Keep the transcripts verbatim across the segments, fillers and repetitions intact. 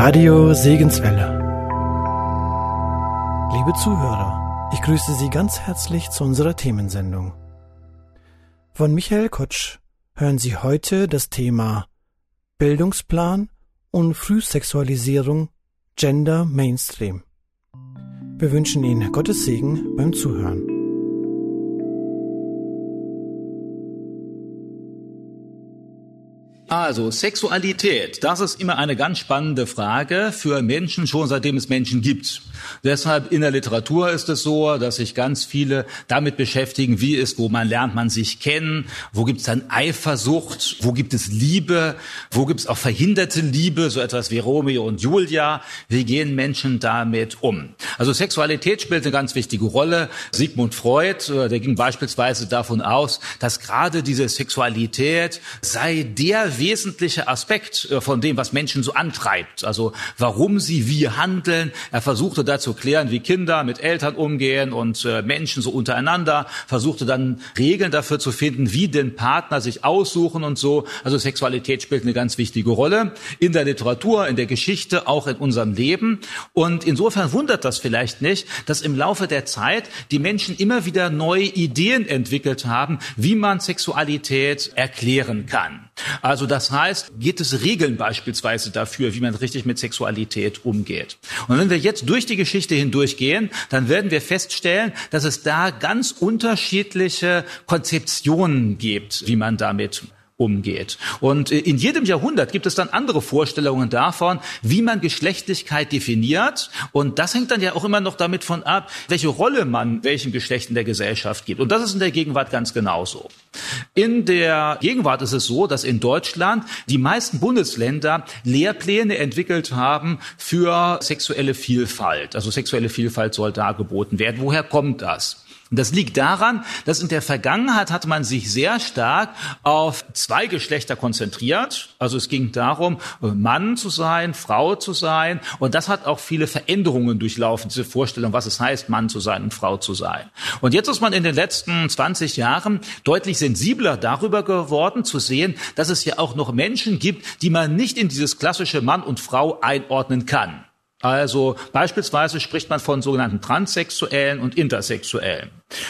Radio Segenswelle. Liebe Zuhörer, ich grüße Sie ganz herzlich zu unserer Themensendung. Von Michael Kotsch hören Sie heute das Thema Bildungsplan und Frühsexualisierung, Gender Mainstream. Wir wünschen Ihnen Gottes Segen beim Zuhören. Also Sexualität, das ist immer eine ganz spannende Frage für Menschen, schon seitdem es Menschen gibt. Deshalb in der Literatur ist es so, dass sich ganz viele damit beschäftigen, wie ist, wo man lernt man sich kennen, wo gibt es dann Eifersucht, wo gibt es Liebe, wo gibt es auch verhinderte Liebe, so etwas wie Romeo und Julia. Wie gehen Menschen damit um? Also Sexualität spielt eine ganz wichtige Rolle. Sigmund Freud, der ging beispielsweise davon aus, dass gerade diese Sexualität sei der wesentliche Aspekt von dem, was Menschen so antreibt. Also warum sie wie handeln. Er versuchte da zu klären, wie Kinder mit Eltern umgehen und äh, Menschen so untereinander. Versuchte dann Regeln dafür zu finden, wie den Partner sich aussuchen und so. Also Sexualität spielt eine ganz wichtige Rolle in der Literatur, in der Geschichte, auch in unserem Leben. Und insofern wundert das vielleicht nicht, dass im Laufe der Zeit die Menschen immer wieder neue Ideen entwickelt haben, wie man Sexualität erklären kann. Also das heißt, gibt es Regeln beispielsweise dafür, wie man richtig mit Sexualität umgeht. Und wenn wir jetzt durch die Geschichte hindurchgehen, dann werden wir feststellen, dass es da ganz unterschiedliche Konzeptionen gibt, wie man damit umgeht. Und in jedem Jahrhundert gibt es dann andere Vorstellungen davon, wie man Geschlechtlichkeit definiert. Und das hängt dann ja auch immer noch damit von ab, welche Rolle man welchem Geschlecht in der Gesellschaft gibt. Und das ist in der Gegenwart ganz genauso. In der Gegenwart ist es so, dass in Deutschland die meisten Bundesländer Lehrpläne entwickelt haben für sexuelle Vielfalt. Also sexuelle Vielfalt soll dargeboten werden. Woher kommt das? Und das liegt daran, dass in der Vergangenheit hatte man sich sehr stark auf zwei Geschlechter konzentriert. Also es ging darum, Mann zu sein, Frau zu sein. Und das hat auch viele Veränderungen durchlaufen, diese Vorstellung, was es heißt, Mann zu sein und Frau zu sein. Und jetzt ist man in den letzten zwanzig Jahren deutlich sensibler darüber geworden, zu sehen, dass es ja auch noch Menschen gibt, die man nicht in dieses klassische Mann und Frau einordnen kann. Also beispielsweise spricht man von sogenannten Transsexuellen und Intersexuellen.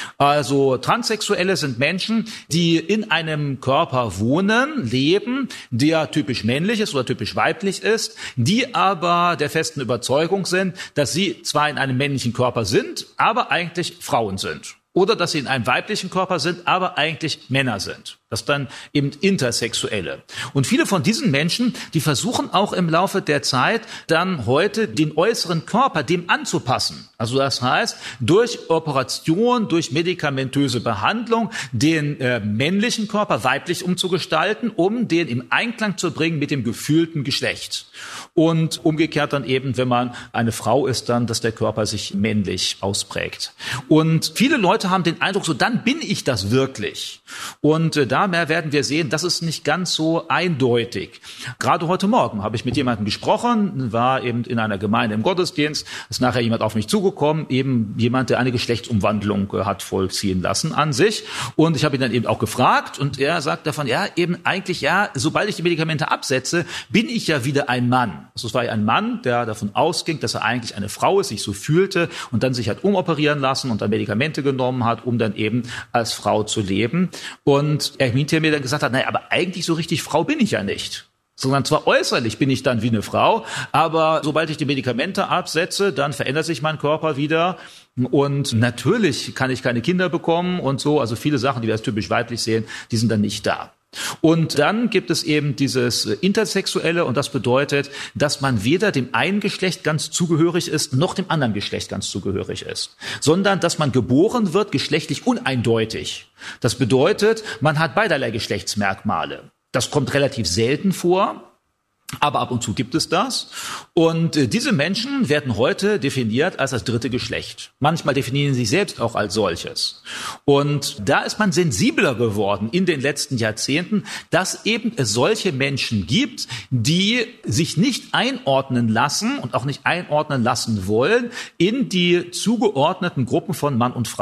Also Transsexuelle sind Menschen, die in einem Körper wohnen, leben, der typisch männlich ist oder typisch weiblich ist, die aber der festen Überzeugung sind, dass sie zwar in einem männlichen Körper sind, aber eigentlich Frauen sind. Oder dass sie in einem weiblichen Körper sind, aber eigentlich Männer sind. Das ist dann eben Intersexuelle. Und viele von diesen Menschen, die versuchen auch im Laufe der Zeit dann heute den äußeren Körper dem anzupassen. Also das heißt, durch Operation, durch medikamentöse Behandlung den äh, männlichen Körper weiblich umzugestalten, um den im Einklang zu bringen mit dem gefühlten Geschlecht. Und umgekehrt dann eben, wenn man eine Frau ist, dann, dass der Körper sich männlich ausprägt. Und viele Leute haben den Eindruck, so dann bin ich das wirklich. Und äh, da mehr werden wir sehen, das ist nicht ganz so eindeutig. Gerade heute Morgen habe ich mit jemandem gesprochen, war eben in einer Gemeinde im Gottesdienst, ist nachher jemand auf mich zugekommen, eben jemand, der eine Geschlechtsumwandlung äh, hat vollziehen lassen an sich. Und ich habe ihn dann eben auch gefragt und er sagt davon, ja, eben eigentlich, ja, sobald ich die Medikamente absetze, bin ich ja wieder ein Mann. Also es war ja ein Mann, der davon ausging, dass er eigentlich eine Frau ist, sich so fühlte und dann sich hat umoperieren lassen und dann Medikamente genommen hat, um dann eben als Frau zu leben. Und er hinterher mir dann gesagt hat, naja, aber eigentlich so richtig Frau bin ich ja nicht. Sondern zwar äußerlich bin ich dann wie eine Frau, aber sobald ich die Medikamente absetze, dann verändert sich mein Körper wieder. Und natürlich kann ich keine Kinder bekommen und so. Also viele Sachen, die wir als typisch weiblich sehen, die sind dann nicht da. Und dann gibt es eben dieses Intersexuelle und das bedeutet, dass man weder dem einen Geschlecht ganz zugehörig ist, noch dem anderen Geschlecht ganz zugehörig ist, sondern dass man geboren wird geschlechtlich uneindeutig. Das bedeutet, man hat beiderlei Geschlechtsmerkmale. Das kommt relativ selten vor. Aber ab und zu gibt es das. Und äh, diese Menschen werden heute definiert als das dritte Geschlecht. Manchmal definieren sie sich selbst auch als solches. Und da ist man sensibler geworden in den letzten Jahrzehnten, dass eben es solche Menschen gibt, die sich nicht einordnen lassen und auch nicht einordnen lassen wollen in die zugeordneten Gruppen von Mann und Frau.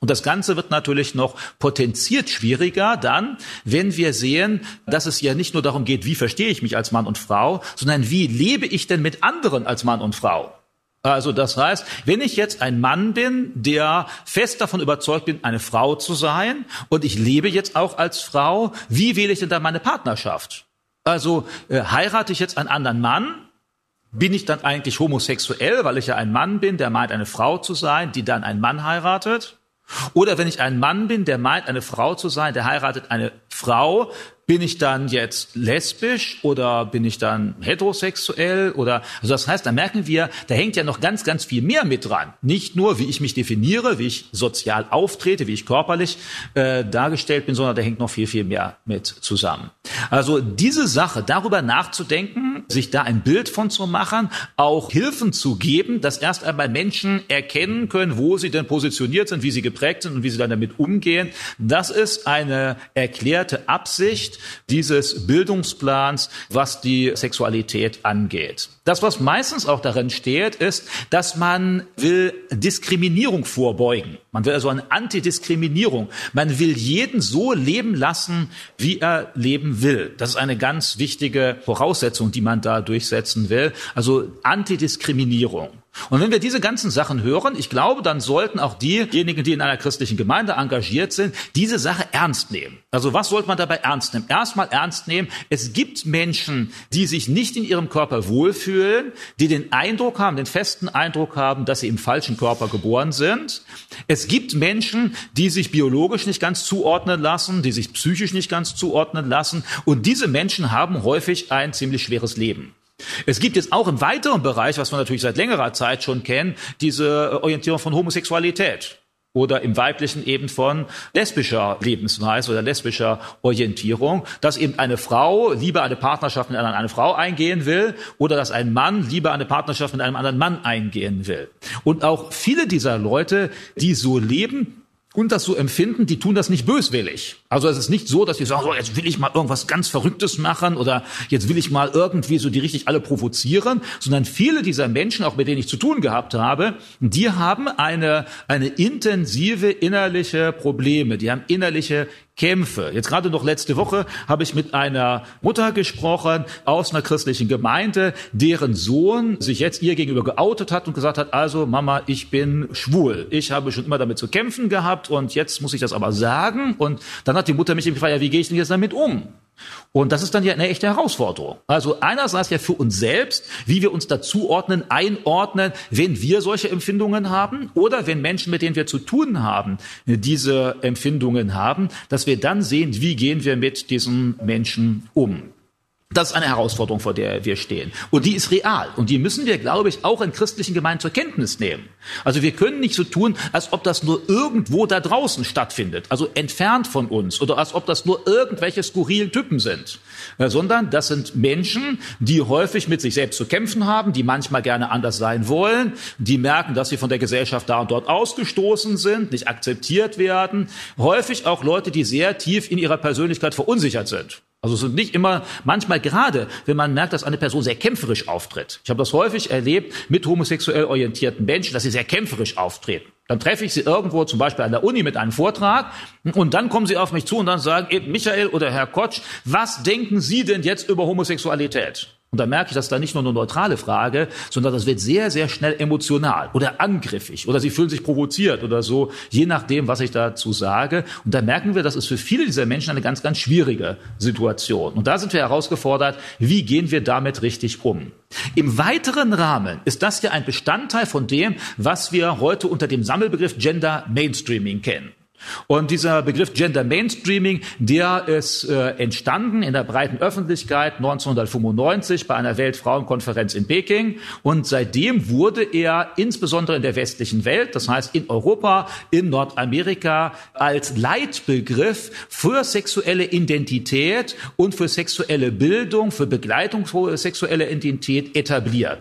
Und das Ganze wird natürlich noch potenziert schwieriger dann, wenn wir sehen, dass es ja nicht nur darum geht, wie verstehe ich mich als Mann und Frau, sondern wie lebe ich denn mit anderen als Mann und Frau? Also das heißt, wenn ich jetzt ein Mann bin, der fest davon überzeugt bin, eine Frau zu sein, und ich lebe jetzt auch als Frau, wie wähle ich denn dann meine Partnerschaft? Also äh, heirate ich jetzt einen anderen Mann? Bin ich dann eigentlich homosexuell, weil ich ja ein Mann bin, der meint, eine Frau zu sein, die dann einen Mann heiratet? Oder wenn ich ein Mann bin, der meint, eine Frau zu sein, der heiratet eine Frau, bin ich dann jetzt lesbisch oder bin ich dann heterosexuell? Oder also das heißt, da merken wir, da hängt ja noch ganz, ganz viel mehr mit dran. Nicht nur, wie ich mich definiere, wie ich sozial auftrete, wie ich körperlich äh, dargestellt bin, sondern da hängt noch viel, viel mehr mit zusammen. Also diese Sache, darüber nachzudenken, sich da ein Bild von zu machen, auch Hilfen zu geben, dass erst einmal Menschen erkennen können, wo sie denn positioniert sind, wie sie geprägt sind und wie sie dann damit umgehen. Das ist eine erklärte Absicht dieses Bildungsplans, was die Sexualität angeht. Das, was meistens auch darin steht, ist, dass man will Diskriminierung vorbeugen. Man will also eine Antidiskriminierung. Man will jeden so leben lassen, wie er leben will. Das ist eine ganz wichtige Voraussetzung, die man da durchsetzen will. Also Antidiskriminierung. Und wenn wir diese ganzen Sachen hören, ich glaube, dann sollten auch diejenigen, die in einer christlichen Gemeinde engagiert sind, diese Sache ernst nehmen. Also was sollte man dabei ernst nehmen? Erstmal ernst nehmen, es gibt Menschen, die sich nicht in ihrem Körper wohlfühlen, die den Eindruck haben, den festen Eindruck haben, dass sie im falschen Körper geboren sind. Es gibt Menschen, die sich biologisch nicht ganz zuordnen lassen, die sich psychisch nicht ganz zuordnen lassen. Und diese Menschen haben häufig ein ziemlich schweres Leben. Es gibt jetzt auch im weiteren Bereich, was wir natürlich seit längerer Zeit schon kennen, diese Orientierung von Homosexualität oder im Weiblichen eben von lesbischer Lebensweise oder lesbischer Orientierung, dass eben eine Frau lieber eine Partnerschaft mit einer anderen Frau eingehen will oder dass ein Mann lieber eine Partnerschaft mit einem anderen Mann eingehen will. Und auch viele dieser Leute, die so leben und das so empfinden, die tun das nicht böswillig. Also es ist nicht so, dass die sagen, so, jetzt will ich mal irgendwas ganz Verrücktes machen oder jetzt will ich mal irgendwie so die richtig alle provozieren, sondern viele dieser Menschen, auch mit denen ich zu tun gehabt habe, die haben eine, eine intensive innerliche Probleme, die haben innerliche Kämpfe. Jetzt gerade noch letzte Woche habe ich mit einer Mutter gesprochen aus einer christlichen Gemeinde, deren Sohn sich jetzt ihr gegenüber geoutet hat und gesagt hat, also Mama, ich bin schwul. Ich habe schon immer damit zu kämpfen gehabt und jetzt muss ich das aber sagen. Und dann hat die Mutter mich gefragt, ja, wie gehe ich denn jetzt damit um? Und das ist dann ja eine echte Herausforderung. Also einerseits ja für uns selbst, wie wir uns dazuordnen, einordnen, wenn wir solche Empfindungen haben oder wenn Menschen, mit denen wir zu tun haben, diese Empfindungen haben, dass wir dann sehen, wie gehen wir mit diesen Menschen um. Das ist eine Herausforderung, vor der wir stehen. Und die ist real. Und die müssen wir, glaube ich, auch in christlichen Gemeinden zur Kenntnis nehmen. Also wir können nicht so tun, als ob das nur irgendwo da draußen stattfindet, also entfernt von uns, oder als ob das nur irgendwelche skurrilen Typen sind, ja, sondern das sind Menschen, die häufig mit sich selbst zu kämpfen haben, die manchmal gerne anders sein wollen, die merken, dass sie von der Gesellschaft da und dort ausgestoßen sind, nicht akzeptiert werden. Häufig auch Leute, die sehr tief in ihrer Persönlichkeit verunsichert sind. Also es sind nicht immer, manchmal gerade, wenn man merkt, dass eine Person sehr kämpferisch auftritt. Ich habe das häufig erlebt mit homosexuell orientierten Menschen, dass sie sehr kämpferisch auftreten. Dann treffe ich sie irgendwo, zum Beispiel an der Uni mit einem Vortrag, und dann kommen sie auf mich zu und dann sagen, eben Michael oder Herr Kotsch, was denken Sie denn jetzt über Homosexualität? Und da merke ich, das ist da nicht nur eine neutrale Frage, sondern das wird sehr, sehr schnell emotional oder angriffig oder sie fühlen sich provoziert oder so, je nachdem, was ich dazu sage. Und da merken wir, das ist für viele dieser Menschen eine ganz, ganz schwierige Situation. Und da sind wir herausgefordert, wie gehen wir damit richtig um? Im weiteren Rahmen ist das ja ein Bestandteil von dem, was wir heute unter dem Sammelbegriff Gender Mainstreaming kennen. Und dieser Begriff Gender Mainstreaming, der ist äh, entstanden in der breiten Öffentlichkeit neunzehnhundertfünfundneunzig bei einer Weltfrauenkonferenz in Peking. Und seitdem wurde er insbesondere in der westlichen Welt, das heißt in Europa, in Nordamerika, als Leitbegriff für sexuelle Identität und für sexuelle Bildung, für Begleitung für sexuelle Identität etabliert.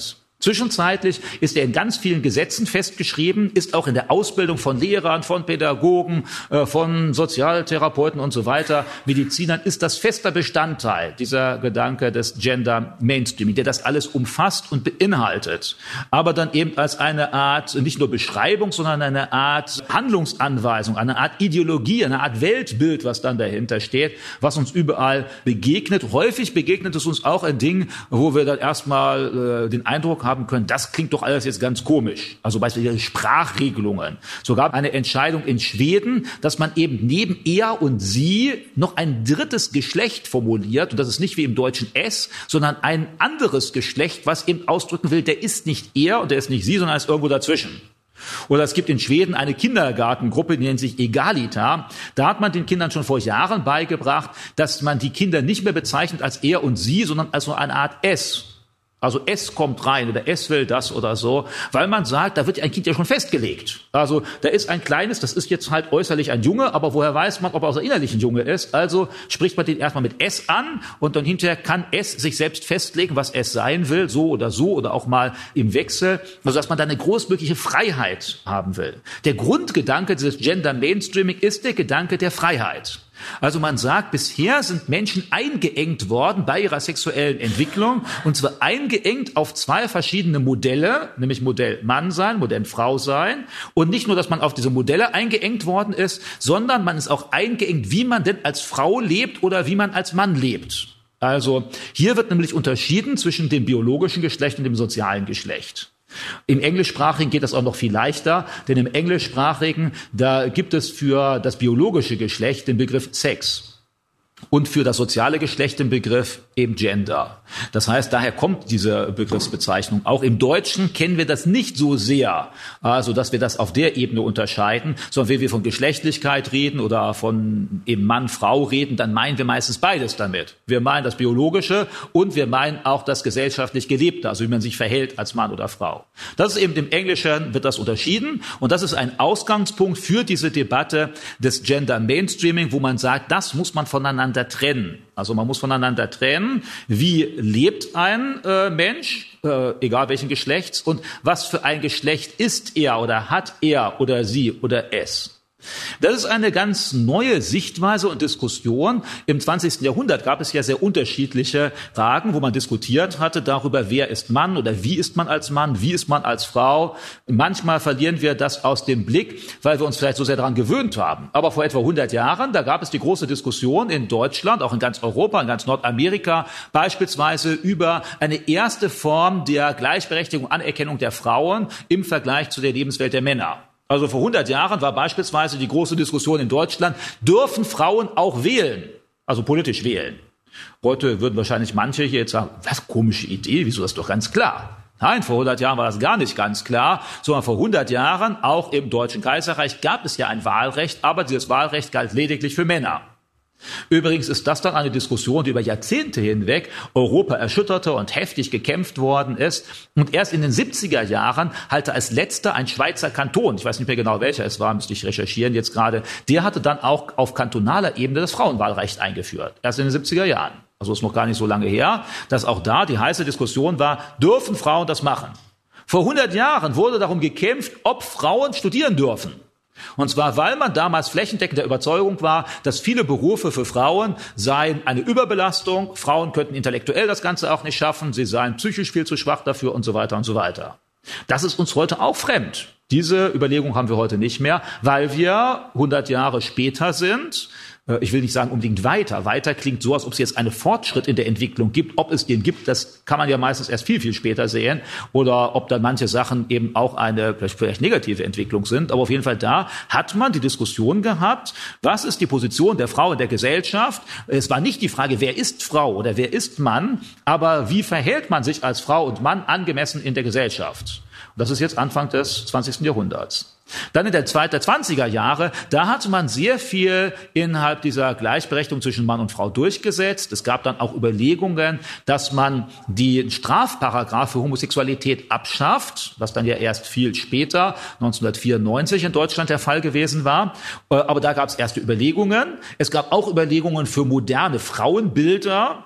Zwischenzeitlich ist er in ganz vielen Gesetzen festgeschrieben, ist auch in der Ausbildung von Lehrern, von Pädagogen, von Sozialtherapeuten und so weiter, Medizinern, ist das fester Bestandteil, dieser Gedanke des Gender Mainstreaming, der das alles umfasst und beinhaltet, aber dann eben als eine Art, nicht nur Beschreibung, sondern eine Art Handlungsanweisung, eine Art Ideologie, eine Art Weltbild, was dann dahinter steht, was uns überall begegnet. Häufig begegnet es uns auch in Dingen, wo wir dann erstmal äh, den Eindruck haben, können, das klingt doch alles jetzt ganz komisch. Also beispielsweise Sprachregelungen. So gab eine Entscheidung in Schweden, dass man eben neben er und sie noch ein drittes Geschlecht formuliert. Und das ist nicht wie im Deutschen es, sondern ein anderes Geschlecht, was eben ausdrücken will, der ist nicht er und der ist nicht sie, sondern ist irgendwo dazwischen. Oder es gibt in Schweden eine Kindergartengruppe, die nennt sich Egalita. Da hat man den Kindern schon vor Jahren beigebracht, dass man die Kinder nicht mehr bezeichnet als er und sie, sondern als so eine Art es. Also es kommt rein oder es will das oder so, weil man sagt, da wird ein Kind ja schon festgelegt. Also da ist ein kleines, das ist jetzt halt äußerlich ein Junge, aber woher weiß man, ob er auch innerlich ein Junge ist? Also spricht man den erstmal mit es an und dann hinterher kann es sich selbst festlegen, was es sein will, so oder so oder auch mal im Wechsel, also dass man da eine großmögliche Freiheit haben will. Der Grundgedanke dieses Gender Mainstreaming ist der Gedanke der Freiheit. Also man sagt, bisher sind Menschen eingeengt worden bei ihrer sexuellen Entwicklung, und zwar eingeengt auf zwei verschiedene Modelle, nämlich Modell Mann sein, Modell Frau sein. Und nicht nur, dass man auf diese Modelle eingeengt worden ist, sondern man ist auch eingeengt, wie man denn als Frau lebt oder wie man als Mann lebt. Also hier wird nämlich unterschieden zwischen dem biologischen Geschlecht und dem sozialen Geschlecht. Im Englischsprachigen geht das auch noch viel leichter, denn im Englischsprachigen, da gibt es für das biologische Geschlecht den Begriff Sex und für das soziale Geschlecht den Begriff eben Gender. Das heißt, daher kommt diese Begriffsbezeichnung. Auch im Deutschen kennen wir das nicht so sehr, also dass wir das auf der Ebene unterscheiden, sondern wenn wir von Geschlechtlichkeit reden oder von eben Mann, Frau reden, dann meinen wir meistens beides damit. Wir meinen das Biologische und wir meinen auch das gesellschaftlich Gelebte, also wie man sich verhält als Mann oder Frau. Das ist eben im Englischen, wird das unterschieden, und das ist ein Ausgangspunkt für diese Debatte des Gender Mainstreaming, wo man sagt, das muss man voneinander trennen. Also man muss voneinander trennen, wie lebt ein äh, Mensch, äh, egal welchen Geschlechts, und was für ein Geschlecht ist er oder hat er oder sie oder es. Das ist eine ganz neue Sichtweise und Diskussion. Im zwanzigsten Jahrhundert gab es ja sehr unterschiedliche Fragen, wo man diskutiert hatte darüber, wer ist Mann oder wie ist man als Mann, wie ist man als Frau. Manchmal verlieren wir das aus dem Blick, weil wir uns vielleicht so sehr daran gewöhnt haben. Aber vor etwa hundert Jahren, da gab es die große Diskussion in Deutschland, auch in ganz Europa, in ganz Nordamerika, beispielsweise über eine erste Form der Gleichberechtigung, Anerkennung der Frauen im Vergleich zu der Lebenswelt der Männer. Also vor hundert Jahren war beispielsweise die große Diskussion in Deutschland, dürfen Frauen auch wählen, also politisch wählen. Heute würden wahrscheinlich manche hier jetzt sagen, was, komische Idee, wieso, das ist doch ganz klar. Nein, vor hundert Jahren war das gar nicht ganz klar, sondern vor hundert Jahren, auch im Deutschen Kaiserreich, gab es ja ein Wahlrecht, aber dieses Wahlrecht galt lediglich für Männer. Übrigens ist das dann eine Diskussion, die über Jahrzehnte hinweg Europa erschütterte und heftig gekämpft worden ist. Und erst in den siebziger Jahren hatte als letzter ein Schweizer Kanton, ich weiß nicht mehr genau welcher es war, müsste ich recherchieren jetzt gerade, der hatte dann auch auf kantonaler Ebene das Frauenwahlrecht eingeführt. Erst in den siebziger Jahren. Also ist noch gar nicht so lange her, dass auch da die heiße Diskussion war, dürfen Frauen das machen? Vor hundert Jahren wurde darum gekämpft, ob Frauen studieren dürfen. Und zwar, weil man damals flächendeckend der Überzeugung war, dass viele Berufe für Frauen seien eine Überbelastung, Frauen könnten intellektuell das Ganze auch nicht schaffen, sie seien psychisch viel zu schwach dafür und so weiter und so weiter. Das ist uns heute auch fremd. Diese Überlegung haben wir heute nicht mehr, weil wir hundert Jahre später sind. Ich will nicht sagen unbedingt weiter. Weiter klingt so, als ob es jetzt einen Fortschritt in der Entwicklung gibt. Ob es den gibt, das kann man ja meistens erst viel, viel später sehen. Oder ob dann manche Sachen eben auch eine vielleicht negative Entwicklung sind. Aber auf jeden Fall da hat man die Diskussion gehabt, was ist die Position der Frau in der Gesellschaft? Es war nicht die Frage, wer ist Frau oder wer ist Mann, aber wie verhält man sich als Frau und Mann angemessen in der Gesellschaft? Und das ist jetzt Anfang des zwanzigsten Jahrhunderts. Dann in der zweiten zwanziger Jahre, da hatte man sehr viel innerhalb dieser Gleichberechtigung zwischen Mann und Frau durchgesetzt. Es gab dann auch Überlegungen, dass man die Strafparagraph für Homosexualität abschafft, was dann ja erst viel später, neunzehnhundertvierundneunzig in Deutschland der Fall gewesen war. Aber da gab es erste Überlegungen. Es gab auch Überlegungen für moderne Frauenbilder.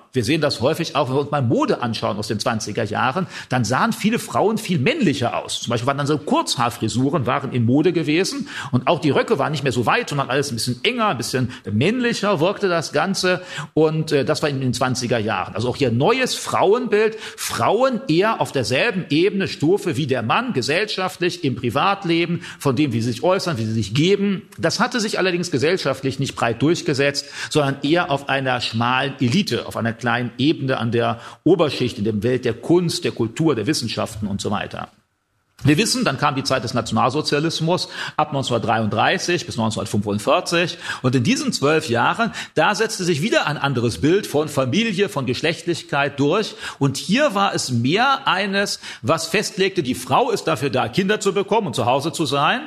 Wir sehen das häufig auch, wenn wir uns mal Mode anschauen aus den zwanziger Jahren, dann sahen viele Frauen viel männlicher aus. Zum Beispiel waren dann so Kurzhaarfrisuren waren in Mode gewesen und auch die Röcke waren nicht mehr so weit, sondern alles ein bisschen enger, ein bisschen männlicher wirkte das Ganze und äh, das war in den zwanziger Jahren. Also auch hier neues Frauenbild, Frauen eher auf derselben Ebene, Stufe wie der Mann, gesellschaftlich, im Privatleben, von dem, wie sie sich äußern, wie sie sich geben. Das hatte sich allerdings gesellschaftlich nicht breit durchgesetzt, sondern eher auf einer schmalen Elite, auf einer kleinen Ebene an der Oberschicht in der Welt der Kunst, der Kultur, der Wissenschaften und so weiter. Wir wissen, dann kam die Zeit des Nationalsozialismus ab neunzehnhundertdreiunddreißig bis neunzehnhundertfünfundvierzig und in diesen zwölf Jahren, da setzte sich wieder ein anderes Bild von Familie, von Geschlechtlichkeit durch und hier war es mehr eines, was festlegte, die Frau ist dafür da, Kinder zu bekommen und zu Hause zu sein.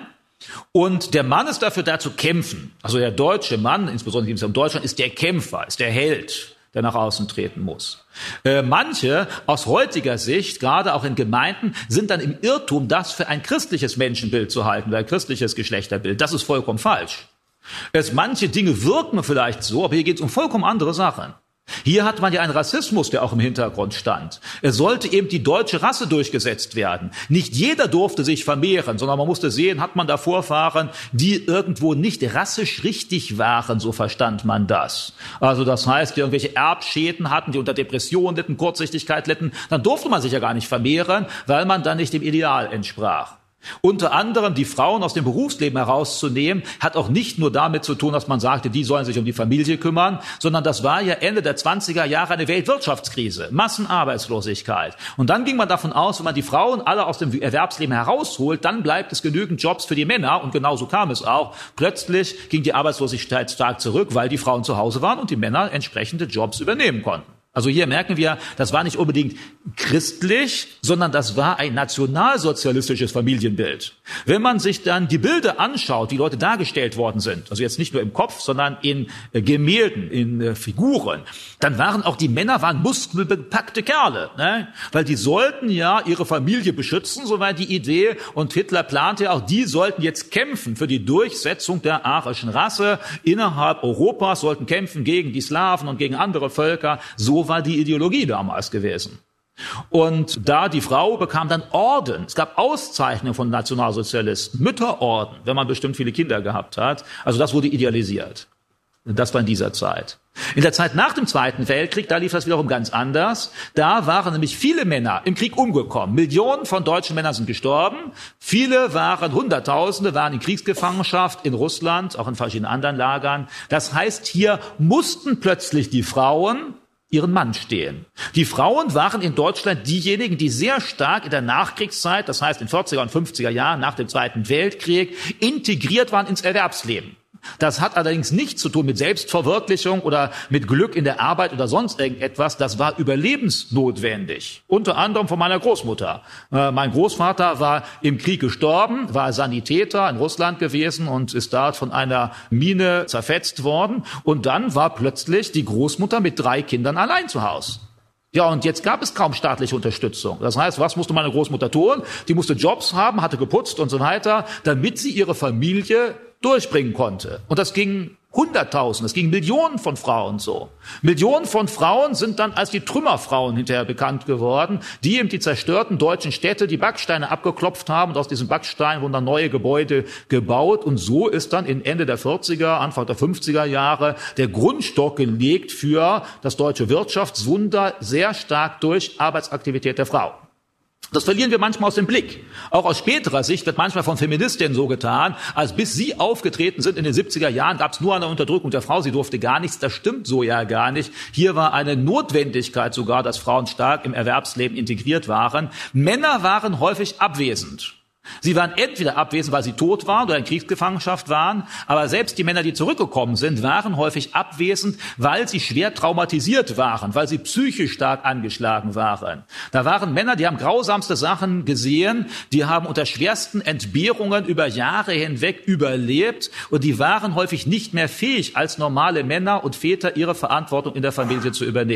Und der Mann ist dafür da zu kämpfen. Also der deutsche Mann, insbesondere in Deutschland, ist der Kämpfer, ist der Held, der nach außen treten muss. Äh, manche aus heutiger Sicht, gerade auch in Gemeinden, sind dann im Irrtum, das für ein christliches Menschenbild zu halten, oder ein christliches Geschlechterbild. Das ist vollkommen falsch. Es, manche Dinge wirken vielleicht so, aber hier geht es um vollkommen andere Sachen. Hier hat man ja einen Rassismus, der auch im Hintergrund stand. Es sollte eben die deutsche Rasse durchgesetzt werden. Nicht jeder durfte sich vermehren, sondern man musste sehen, hat man da Vorfahren, die irgendwo nicht rassisch richtig waren, so verstand man das. Also das heißt, die irgendwelche Erbschäden hatten, die unter Depression litten, Kurzsichtigkeit litten, dann durfte man sich ja gar nicht vermehren, weil man dann nicht dem Ideal entsprach. Unter anderem die Frauen aus dem Berufsleben herauszunehmen, hat auch nicht nur damit zu tun, dass man sagte, die sollen sich um die Familie kümmern, sondern das war ja Ende der zwanziger Jahre eine Weltwirtschaftskrise, Massenarbeitslosigkeit. Und dann ging man davon aus, wenn man die Frauen alle aus dem Erwerbsleben herausholt, dann bleibt es genügend Jobs für die Männer. Und genauso kam es auch. Plötzlich ging die Arbeitslosigkeit stark zurück, weil die Frauen zu Hause waren und die Männer entsprechende Jobs übernehmen konnten. Also hier merken wir, das war nicht unbedingt christlich, sondern das war ein nationalsozialistisches Familienbild. Wenn man sich dann die Bilder anschaut, wie Leute dargestellt worden sind, also jetzt nicht nur im Kopf, sondern in äh, Gemälden, in äh, Figuren, dann waren auch die Männer waren muskelbepackte Kerle, ne? Weil die sollten ja ihre Familie beschützen, so war die Idee. Und Hitler plante ja auch, die sollten jetzt kämpfen für die Durchsetzung der arischen Rasse innerhalb Europas, sollten kämpfen gegen die Slawen und gegen andere Völker. So war die Ideologie damals gewesen. Und da die Frau bekam dann Orden. Es gab Auszeichnungen von Nationalsozialisten, Mütterorden, wenn man bestimmt viele Kinder gehabt hat. Also das wurde idealisiert. Das war in dieser Zeit. In der Zeit nach dem Zweiten Weltkrieg, da lief das wiederum ganz anders. Da waren nämlich viele Männer im Krieg umgekommen. Millionen von deutschen Männern sind gestorben. Viele waren, Hunderttausende waren in Kriegsgefangenschaft in Russland, auch in verschiedenen anderen Lagern. Das heißt, hier mussten plötzlich die Frauen ihren Mann stehen. Die Frauen waren in Deutschland diejenigen, die sehr stark in der Nachkriegszeit, das heißt in vierziger und fünfziger Jahren nach dem Zweiten Weltkrieg, integriert waren ins Erwerbsleben. Das hat allerdings nichts zu tun mit Selbstverwirklichung oder mit Glück in der Arbeit oder sonst irgendetwas. Das war überlebensnotwendig. Unter anderem von meiner Großmutter. Äh, mein Großvater war im Krieg gestorben, war Sanitäter in Russland gewesen und ist dort von einer Mine zerfetzt worden. Und dann war plötzlich die Großmutter mit drei Kindern allein zu Hause. Ja, und jetzt gab es kaum staatliche Unterstützung. Das heißt, was musste meine Großmutter tun? Die musste Jobs haben, hatte geputzt und so weiter, damit sie ihre Familie durchbringen konnte. Und das ging Hunderttausende, es ging Millionen von Frauen so. Millionen von Frauen sind dann als die Trümmerfrauen hinterher bekannt geworden, die eben die zerstörten deutschen Städte, die Backsteine abgeklopft haben und aus diesen Backsteinen wurden dann neue Gebäude gebaut und so ist dann in Ende der vierziger, Anfang der fünfziger Jahre der Grundstock gelegt für das deutsche Wirtschaftswunder, sehr stark durch Arbeitsaktivität der Frau. Das verlieren wir manchmal aus dem Blick. Auch aus späterer Sicht wird manchmal von Feministinnen so getan, als bis sie aufgetreten sind in den siebziger Jahren, gab es nur eine Unterdrückung der Frau, sie durfte gar nichts. Das stimmt so ja gar nicht. Hier war eine Notwendigkeit sogar, dass Frauen stark im Erwerbsleben integriert waren. Männer waren häufig abwesend. Sie waren entweder abwesend, weil sie tot waren oder in Kriegsgefangenschaft waren, aber selbst die Männer, die zurückgekommen sind, waren häufig abwesend, weil sie schwer traumatisiert waren, weil sie psychisch stark angeschlagen waren. Da waren Männer, die haben grausamste Sachen gesehen, die haben unter schwersten Entbehrungen über Jahre hinweg überlebt und die waren häufig nicht mehr fähig, als normale Männer und Väter ihre Verantwortung in der Familie zu übernehmen.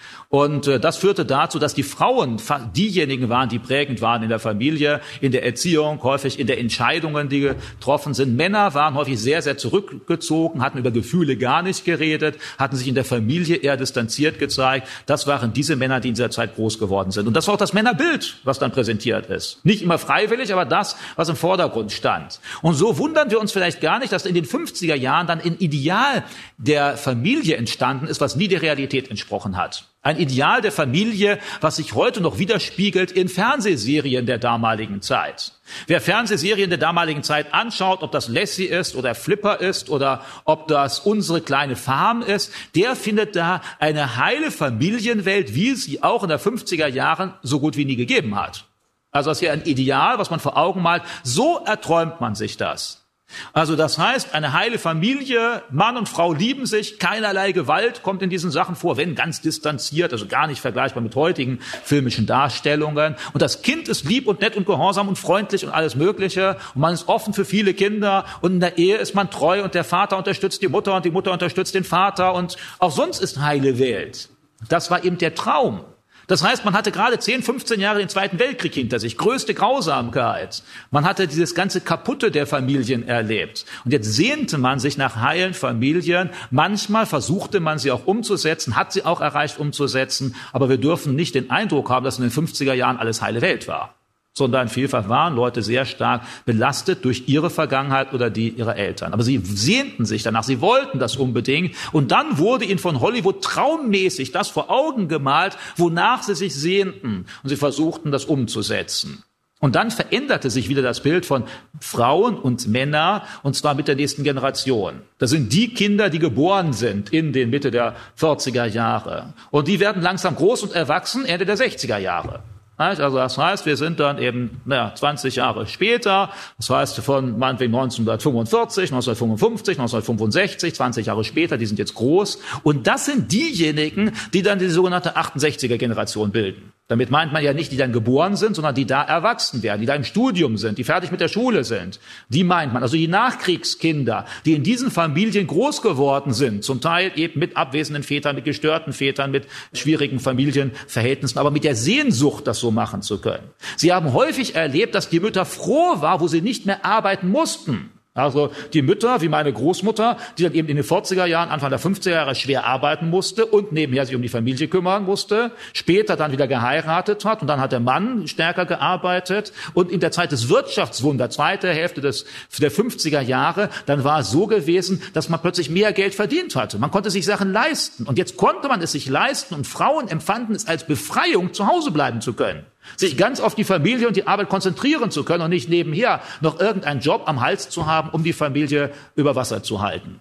Und äh, das führte dazu, dass die Frauen diejenigen waren, die prägend waren in der Familie, in der Erziehung, häufig in den Entscheidungen, die getroffen sind. Männer waren häufig sehr, sehr zurückgezogen, hatten über Gefühle gar nicht geredet, hatten sich in der Familie eher distanziert gezeigt. Das waren diese Männer, die in dieser Zeit groß geworden sind. Und das war auch das Männerbild, was dann präsentiert ist. Nicht immer freiwillig, aber das, was im Vordergrund stand. Und so wundern wir uns vielleicht gar nicht, dass in den fünfziger Jahren dann ein Ideal der Familie entstanden ist, was nie der Realität entsprochen hat. Ein Ideal der Familie, was sich heute noch widerspiegelt in Fernsehserien der damaligen Zeit. Wer Fernsehserien der damaligen Zeit anschaut, ob das Lassie ist oder Flipper ist oder ob das Unsere kleine Farm ist, der findet da eine heile Familienwelt, wie es sie auch in der fünfziger Jahren so gut wie nie gegeben hat. Also das ist hier ein Ideal, was man vor Augen malt. So erträumt man sich das. Also das heißt, eine heile Familie, Mann und Frau lieben sich, keinerlei Gewalt kommt in diesen Sachen vor, wenn ganz distanziert, also gar nicht vergleichbar mit heutigen filmischen Darstellungen. Und das Kind ist lieb und nett und gehorsam und freundlich und alles Mögliche. Und man ist offen für viele Kinder. Und in der Ehe ist man treu und der Vater unterstützt die Mutter und die Mutter unterstützt den Vater. Und auch sonst ist heile Welt. Das war eben der Traum. Das heißt, man hatte gerade zehn, fünfzehn Jahre den Zweiten Weltkrieg hinter sich, größte Grausamkeit. Man hatte dieses ganze Kaputte der Familien erlebt. Und jetzt sehnte man sich nach heilen Familien. Manchmal versuchte man sie auch umzusetzen, hat sie auch erreicht umzusetzen. Aber wir dürfen nicht den Eindruck haben, dass in den fünfziger Jahren alles heile Welt war. Sondern vielfach waren Leute sehr stark belastet durch ihre Vergangenheit oder die ihrer Eltern. Aber sie sehnten sich danach, sie wollten das unbedingt. Und dann wurde ihnen von Hollywood traummäßig das vor Augen gemalt, wonach sie sich sehnten. Und sie versuchten, das umzusetzen. Und dann veränderte sich wieder das Bild von Frauen und Männern, und zwar mit der nächsten Generation. Das sind die Kinder, die geboren sind in den Mitte der vierziger Jahre. Und die werden langsam groß und erwachsen Ende der sechziger Jahre. Also das heißt, wir sind dann eben naja, zwanzig Jahre später, das heißt von meinetwegen neunzehnhundertfünfundvierzig, neunzehnhundertfünfundfünfzig, neunzehnhundertfünfundsechzig, zwanzig Jahre später, die sind jetzt groß. Und das sind diejenigen, die dann die sogenannte achtundsechziger-Generation bilden. Damit meint man ja nicht, die dann geboren sind, sondern die da erwachsen werden, die da im Studium sind, die fertig mit der Schule sind. Die meint man, also die Nachkriegskinder, die in diesen Familien groß geworden sind, zum Teil eben mit abwesenden Vätern, mit gestörten Vätern, mit schwierigen Familienverhältnissen, aber mit der Sehnsucht, das so machen zu können. Sie haben häufig erlebt, dass die Mütter froh waren, wo sie nicht mehr arbeiten mussten. Also die Mütter, wie meine Großmutter, die dann eben in den vierziger Jahren, Anfang der fünfziger Jahre schwer arbeiten musste und nebenher sich um die Familie kümmern musste, später dann wieder geheiratet hat und dann hat der Mann stärker gearbeitet und in der Zeit des Wirtschaftswunders, zweite Hälfte des, der fünfziger Jahre, dann war es so gewesen, dass man plötzlich mehr Geld verdient hatte. Man konnte sich Sachen leisten und jetzt konnte man es sich leisten und Frauen empfanden es als Befreiung, zu Hause bleiben zu können. Sich ganz auf die Familie und die Arbeit konzentrieren zu können und nicht nebenher noch irgendeinen Job am Hals zu haben, um die Familie über Wasser zu halten.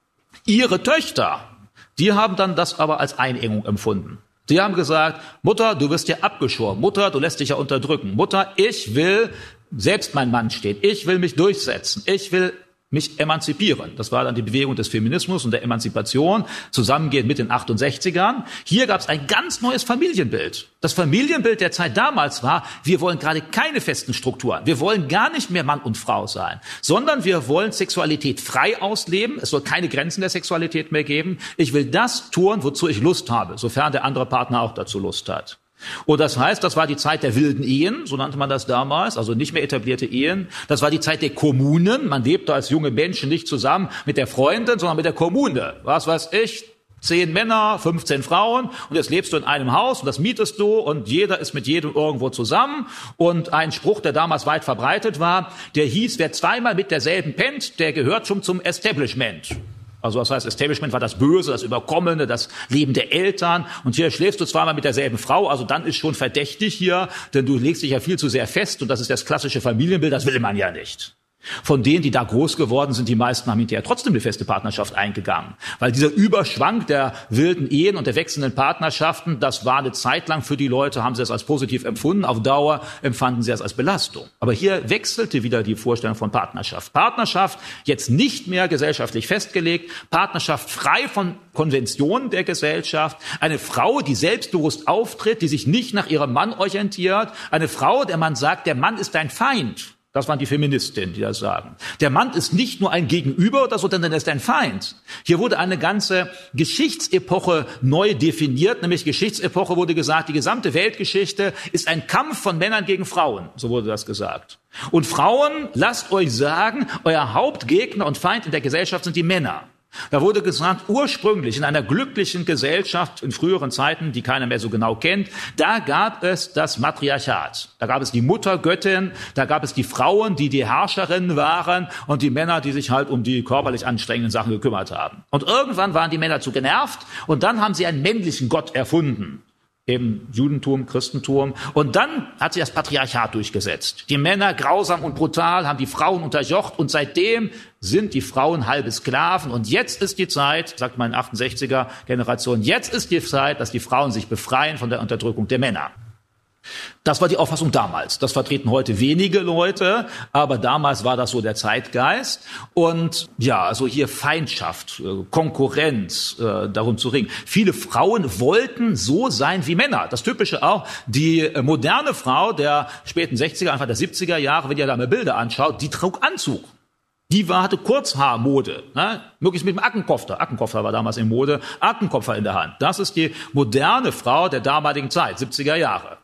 Ihre Töchter, die haben dann das aber als Einengung empfunden. Sie haben gesagt, Mutter, du wirst ja abgeschoren. Mutter, du lässt dich ja unterdrücken. Mutter, ich will selbst mein Mann stehen. Ich will mich durchsetzen. Ich will mich emanzipieren. Das war dann die Bewegung des Feminismus und der Emanzipation, zusammengehend mit den achtundsechzigern. Hier gab es ein ganz neues Familienbild. Das Familienbild der Zeit damals war, wir wollen gerade keine festen Strukturen. Wir wollen gar nicht mehr Mann und Frau sein, sondern wir wollen Sexualität frei ausleben. Es soll keine Grenzen der Sexualität mehr geben. Ich will das tun, wozu ich Lust habe, sofern der andere Partner auch dazu Lust hat. Und das heißt, das war die Zeit der wilden Ehen, so nannte man das damals, also nicht mehr etablierte Ehen. Das war die Zeit der Kommunen. Man lebte als junge Menschen nicht zusammen mit der Freundin, sondern mit der Kommune. Was weiß ich, zehn Männer, fünfzehn Frauen und jetzt lebst du in einem Haus und das mietest du und jeder ist mit jedem irgendwo zusammen. Und ein Spruch, der damals weit verbreitet war, der hieß, wer zweimal mit derselben pennt, der gehört schon zum Establishment. Also das heißt, Establishment war das Böse, das Überkommene, das Leben der Eltern. Und hier schläfst du zweimal mit derselben Frau, also dann ist schon verdächtig hier, denn du legst dich ja viel zu sehr fest und das ist das klassische Familienbild, das will man ja nicht. Von denen, die da groß geworden sind, die meisten haben hinterher trotzdem eine feste Partnerschaft eingegangen. Weil dieser Überschwang der wilden Ehen und der wechselnden Partnerschaften, das war eine Zeit lang für die Leute, haben sie es als positiv empfunden, auf Dauer empfanden sie es als Belastung. Aber hier wechselte wieder die Vorstellung von Partnerschaft. Partnerschaft jetzt nicht mehr gesellschaftlich festgelegt, Partnerschaft frei von Konventionen der Gesellschaft, eine Frau, die selbstbewusst auftritt, die sich nicht nach ihrem Mann orientiert, eine Frau, der man sagt, der Mann ist dein Feind. Das waren die Feministinnen, die das sagen. Der Mann ist nicht nur ein Gegenüber oder so, sondern er ist ein Feind. Hier wurde eine ganze Geschichtsepoche neu definiert, nämlich Geschichtsepoche wurde gesagt, die gesamte Weltgeschichte ist ein Kampf von Männern gegen Frauen, so wurde das gesagt. Und Frauen, lasst euch sagen, euer Hauptgegner und Feind in der Gesellschaft sind die Männer. Da wurde gesagt, ursprünglich in einer glücklichen Gesellschaft in früheren Zeiten, die keiner mehr so genau kennt, da gab es das Matriarchat. Da gab es die Muttergöttin, da gab es die Frauen, die die Herrscherinnen waren und die Männer, die sich halt um die körperlich anstrengenden Sachen gekümmert haben. Und irgendwann waren die Männer zu genervt und dann haben sie einen männlichen Gott erfunden. Eben Judentum, Christentum. Und dann hat sich das Patriarchat durchgesetzt. Die Männer, grausam und brutal, haben die Frauen unterjocht und seitdem sind die Frauen halbe Sklaven. Und jetzt ist die Zeit, sagt meine achtundsechziger Generation, jetzt ist die Zeit, dass die Frauen sich befreien von der Unterdrückung der Männer. Das war die Auffassung damals. Das vertreten heute wenige Leute, aber damals war das so der Zeitgeist. Und ja, also hier Feindschaft, Konkurrenz, äh, darum zu ringen. Viele Frauen wollten so sein wie Männer. Das Typische auch, die moderne Frau der späten sechziger, Anfang der siebziger Jahre, wenn ihr da mal Bilder anschaut, die trug Anzug. Die war, hatte Kurzhaarmode, ne? Möglichst mit dem Ackenkoffer. Ackenkoffer war damals in Mode, Ackenkoffer in der Hand. Das ist die moderne Frau der damaligen Zeit, siebziger Jahre.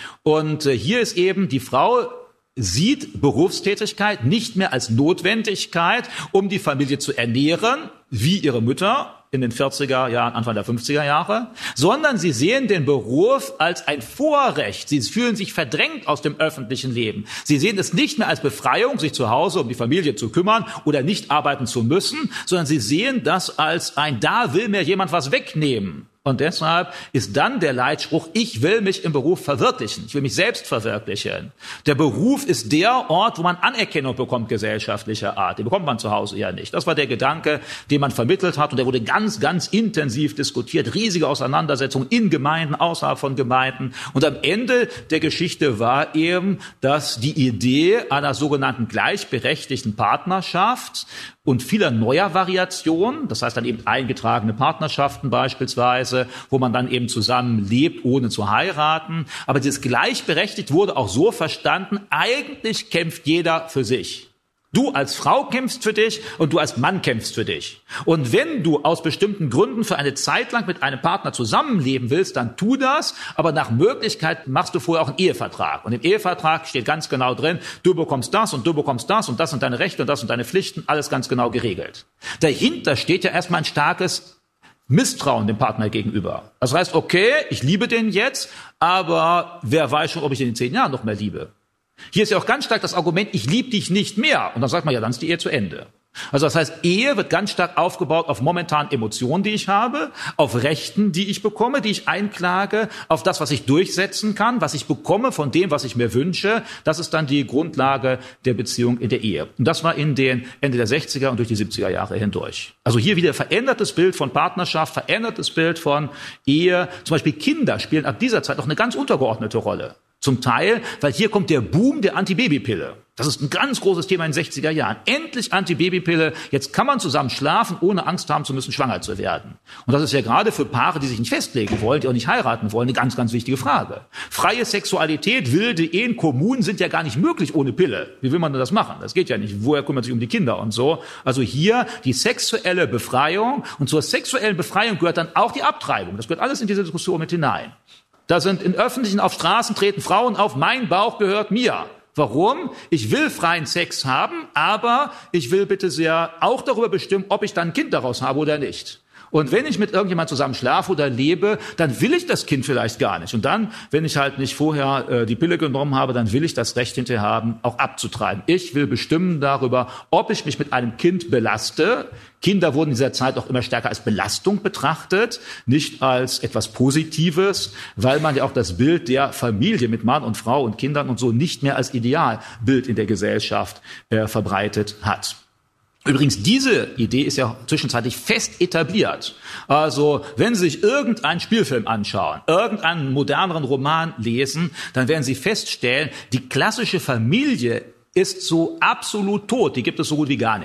Und äh, hier ist eben, die Frau sieht Berufstätigkeit nicht mehr als Notwendigkeit, um die Familie zu ernähren, wie ihre Mütter in den vierziger Jahren, Anfang der fünfziger Jahre, sondern sie sehen den Beruf als ein Vorrecht. Sie fühlen sich verdrängt aus dem öffentlichen Leben. Sie sehen es nicht mehr als Befreiung, sich zu Hause um die Familie zu kümmern oder nicht arbeiten zu müssen, sondern sie sehen das als ein, da will mir jemand was wegnehmen. Und deshalb ist dann der Leitspruch, ich will mich im Beruf verwirklichen, ich will mich selbst verwirklichen. Der Beruf ist der Ort, wo man Anerkennung bekommt gesellschaftlicher Art. Die bekommt man zu Hause ja nicht. Das war der Gedanke, den man vermittelt hat und der wurde ganz, ganz intensiv diskutiert. Riesige Auseinandersetzungen in Gemeinden, außerhalb von Gemeinden. Und am Ende der Geschichte war eben, dass die Idee einer sogenannten gleichberechtigten Partnerschaft und vieler neuer Variationen, das heißt dann eben eingetragene Partnerschaften beispielsweise, wo man dann eben zusammen lebt, ohne zu heiraten. Aber dieses gleichberechtigt wurde auch so verstanden, eigentlich kämpft jeder für sich. Du als Frau kämpfst für dich und du als Mann kämpfst für dich. Und wenn du aus bestimmten Gründen für eine Zeit lang mit einem Partner zusammenleben willst, dann tu das, aber nach Möglichkeit machst du vorher auch einen Ehevertrag. Und im Ehevertrag steht ganz genau drin, du bekommst das und du bekommst das und das sind deine Rechte und das sind deine Pflichten, alles ganz genau geregelt. Dahinter steht ja erstmal ein starkes Misstrauen dem Partner gegenüber. Das heißt, okay, ich liebe den jetzt, aber wer weiß schon, ob ich ihn in zehn Jahren noch mehr liebe. Hier ist ja auch ganz stark das Argument, ich liebe dich nicht mehr. Und dann sagt man, ja, dann ist die Ehe zu Ende. Also das heißt, Ehe wird ganz stark aufgebaut auf momentanen Emotionen, die ich habe, auf Rechten, die ich bekomme, die ich einklage, auf das, was ich durchsetzen kann, was ich bekomme von dem, was ich mir wünsche. Das ist dann die Grundlage der Beziehung in der Ehe. Und das war in den Ende der sechziger und durch die siebziger Jahre hindurch. Also hier wieder verändertes Bild von Partnerschaft, verändertes Bild von Ehe. Zum Beispiel Kinder spielen ab dieser Zeit auch eine ganz untergeordnete Rolle. Zum Teil, weil hier kommt der Boom der Antibabypille. Das ist ein ganz großes Thema in den sechziger Jahren. Endlich Antibabypille. Jetzt kann man zusammen schlafen, ohne Angst haben zu müssen, schwanger zu werden. Und das ist ja gerade für Paare, die sich nicht festlegen wollen, die auch nicht heiraten wollen, eine ganz, ganz wichtige Frage. Freie Sexualität, wilde Ehen, Kommunen sind ja gar nicht möglich ohne Pille. Wie will man denn das machen? Das geht ja nicht. Woher kümmert sich um die Kinder und so? Also hier die sexuelle Befreiung. Und zur sexuellen Befreiung gehört dann auch die Abtreibung. Das gehört alles in diese Diskussion mit hinein. Da sind in öffentlichen, auf Straßen treten Frauen auf, mein Bauch gehört mir. Warum? Ich will freien Sex haben, aber ich will bitte sehr auch darüber bestimmen, ob ich dann ein Kind daraus habe oder nicht. Und wenn ich mit irgendjemand zusammen schlafe oder lebe, dann will ich das Kind vielleicht gar nicht. Und dann, wenn ich halt nicht vorher äh, die Pille genommen habe, dann will ich das Recht hinterher haben, auch abzutreiben. Ich will bestimmen darüber, ob ich mich mit einem Kind belaste. Kinder wurden in dieser Zeit auch immer stärker als Belastung betrachtet, nicht als etwas Positives, weil man ja auch das Bild der Familie mit Mann und Frau und Kindern und so nicht mehr als Idealbild in der Gesellschaft äh, verbreitet hat. Übrigens, diese Idee ist ja zwischenzeitlich fest etabliert. Also, wenn Sie sich irgendeinen Spielfilm anschauen, irgendeinen moderneren Roman lesen, dann werden Sie feststellen, die klassische Familie ist so absolut tot, die gibt es so gut wie gar nicht.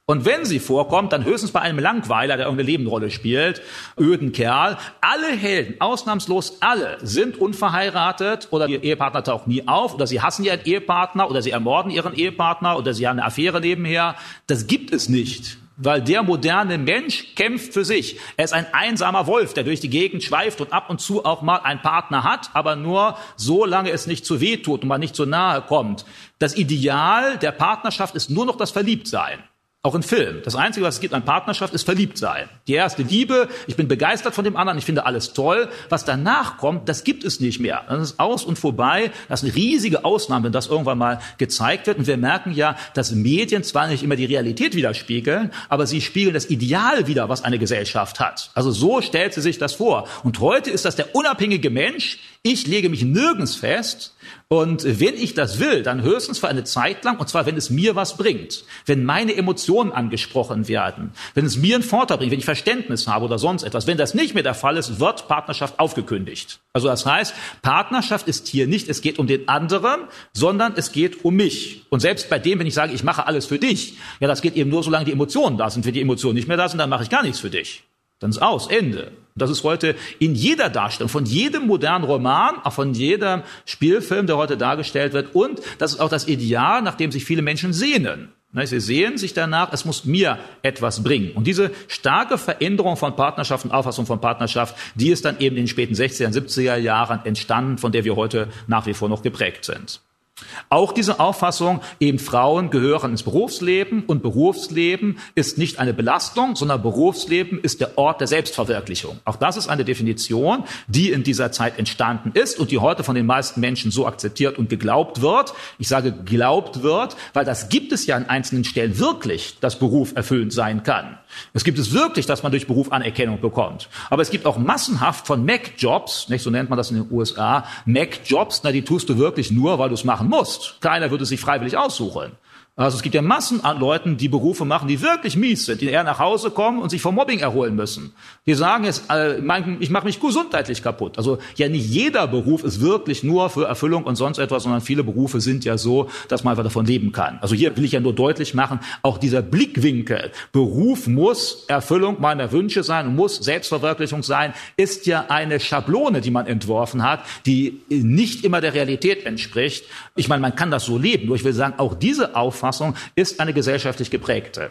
Und wenn sie vorkommt, dann höchstens bei einem Langweiler, der irgendeine Nebenrolle spielt, öden Kerl. Alle Helden, ausnahmslos alle, sind unverheiratet oder ihr Ehepartner taucht nie auf oder sie hassen ihren Ehepartner oder sie ermorden ihren Ehepartner oder sie haben eine Affäre nebenher. Das gibt es nicht. Weil der moderne Mensch kämpft für sich. Er ist ein einsamer Wolf, der durch die Gegend schweift und ab und zu auch mal einen Partner hat, aber nur solange es nicht zu weh tut und man nicht zu nahe kommt. Das Ideal der Partnerschaft ist nur noch das Verliebtsein. Auch in Filmen. Das Einzige, was es gibt an Partnerschaft, ist Verliebtsein. Die erste Liebe, ich bin begeistert von dem anderen, ich finde alles toll. Was danach kommt, das gibt es nicht mehr. Das ist aus und vorbei. Das ist eine riesige Ausnahme, wenn das irgendwann mal gezeigt wird. Und wir merken ja, dass Medien zwar nicht immer die Realität widerspiegeln, aber sie spiegeln das Ideal wider, was eine Gesellschaft hat. Also so stellt sie sich das vor. Und heute ist das der unabhängige Mensch. Ich lege mich nirgends fest. Und wenn ich das will, dann höchstens für eine Zeit lang, und zwar, wenn es mir was bringt, wenn meine Emotionen angesprochen werden, wenn es mir einen Vorteil bringt, wenn ich Verständnis habe oder sonst etwas. Wenn das nicht mehr der Fall ist, wird Partnerschaft aufgekündigt. Also das heißt, Partnerschaft ist hier nicht, es geht um den anderen, sondern es geht um mich. Und selbst bei dem, wenn ich sage, ich mache alles für dich, ja, das geht eben nur, solange die Emotionen da sind. Wenn die Emotionen nicht mehr da sind, dann mache ich gar nichts für dich. Dann ist aus, Ende. Das ist heute in jeder Darstellung, von jedem modernen Roman, auch von jedem Spielfilm, der heute dargestellt wird. Und das ist auch das Ideal, nach dem sich viele Menschen sehnen. Sie sehen sich danach, es muss mir etwas bringen. Und diese starke Veränderung von Partnerschaft und Auffassung von Partnerschaft, die ist dann eben in den späten sechziger, siebziger Jahren entstanden, von der wir heute nach wie vor noch geprägt sind. Auch diese Auffassung, eben Frauen gehören ins Berufsleben und Berufsleben ist nicht eine Belastung, sondern Berufsleben ist der Ort der Selbstverwirklichung. Auch das ist eine Definition, die in dieser Zeit entstanden ist und die heute von den meisten Menschen so akzeptiert und geglaubt wird. Ich sage geglaubt wird, weil das gibt es ja an einzelnen Stellen wirklich, dass Beruf erfüllend sein kann. Es gibt es wirklich, dass man durch Beruf Anerkennung bekommt. Aber es gibt auch massenhaft von Mac-Jobs, nicht so nennt man das in den U S A, Mac-Jobs, na die tust du wirklich nur, weil du es machen musst. Keiner würde es sich freiwillig aussuchen. Also es gibt ja Massen an Leuten, die Berufe machen, die wirklich mies sind, die eher nach Hause kommen und sich vom Mobbing erholen müssen. Die sagen jetzt, äh, ich mache mich gesundheitlich kaputt. Also ja, nicht jeder Beruf ist wirklich nur für Erfüllung und sonst etwas, sondern viele Berufe sind ja so, dass man einfach davon leben kann. Also hier will ich ja nur deutlich machen, auch dieser Blickwinkel, Beruf muss Erfüllung meiner Wünsche sein, muss Selbstverwirklichung sein, ist ja eine Schablone, die man entworfen hat, die nicht immer der Realität entspricht. Ich meine, man kann das so leben, nur ich will sagen, auch diese Auffassung ist eine gesellschaftlich geprägte.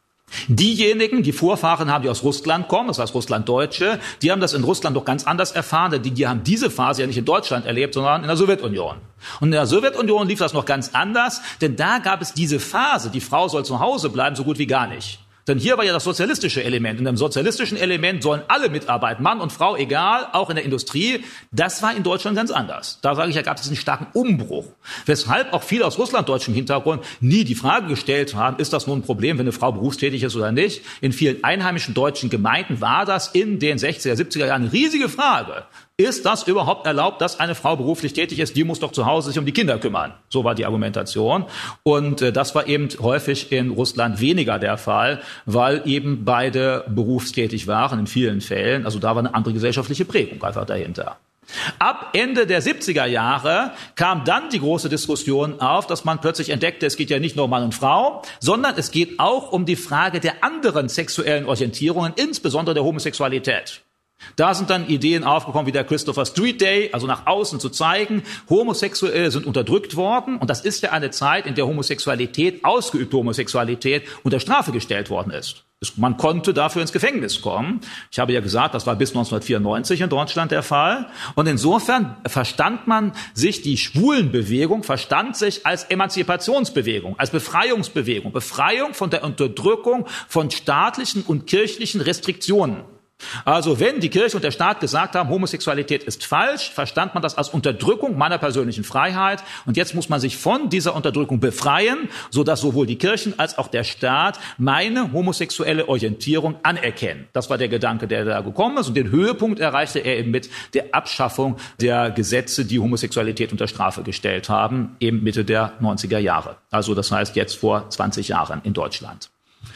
Diejenigen, die Vorfahren haben, die aus Russland kommen, das heißt Russlanddeutsche, die haben das in Russland doch ganz anders erfahren, die, die haben diese Phase ja nicht in Deutschland erlebt, sondern in der Sowjetunion. Und in der Sowjetunion lief das noch ganz anders, denn da gab es diese Phase, die Frau soll zu Hause bleiben, so gut wie gar nicht. Denn hier war ja das sozialistische Element. In dem sozialistischen Element sollen alle mitarbeiten, Mann und Frau, egal, auch in der Industrie. Das war in Deutschland ganz anders. Da sage ich, da gab es einen starken Umbruch. Weshalb auch viele aus russlanddeutschem Hintergrund nie die Frage gestellt haben, ist das nun ein Problem, wenn eine Frau berufstätig ist oder nicht. In vielen einheimischen deutschen Gemeinden war das in den sechziger, siebziger Jahren eine riesige Frage. Ist das überhaupt erlaubt, dass eine Frau beruflich tätig ist? Die muss doch zu Hause sich um die Kinder kümmern. So war die Argumentation. Und äh, das war eben häufig in Russland weniger der Fall, weil eben beide berufstätig waren in vielen Fällen. Also da war eine andere gesellschaftliche Prägung einfach dahinter. Ab Ende der siebziger Jahre kam dann die große Diskussion auf, dass man plötzlich entdeckte, es geht ja nicht nur um Mann und Frau, sondern es geht auch um die Frage der anderen sexuellen Orientierungen, insbesondere der Homosexualität. Da sind dann Ideen aufgekommen wie der Christopher Street Day, also nach außen zu zeigen, Homosexuelle sind unterdrückt worden. Und das ist ja eine Zeit, in der Homosexualität, ausgeübte Homosexualität unter Strafe gestellt worden ist. Man konnte dafür ins Gefängnis kommen. Ich habe ja gesagt, das war bis neunzehnhundertvierundneunzig in Deutschland der Fall. Und insofern verstand man sich, die Schwulenbewegung verstand sich als Emanzipationsbewegung, als Befreiungsbewegung, Befreiung von der Unterdrückung von staatlichen und kirchlichen Restriktionen. Also wenn die Kirche und der Staat gesagt haben, Homosexualität ist falsch, verstand man das als Unterdrückung meiner persönlichen Freiheit. Und jetzt muss man sich von dieser Unterdrückung befreien, sodass sowohl die Kirchen als auch der Staat meine homosexuelle Orientierung anerkennen. Das war der Gedanke, der da gekommen ist. Und den Höhepunkt erreichte er eben mit der Abschaffung der Gesetze, die Homosexualität unter Strafe gestellt haben, eben Mitte der neunziger Jahre. Also das heißt jetzt vor zwanzig Jahren in Deutschland.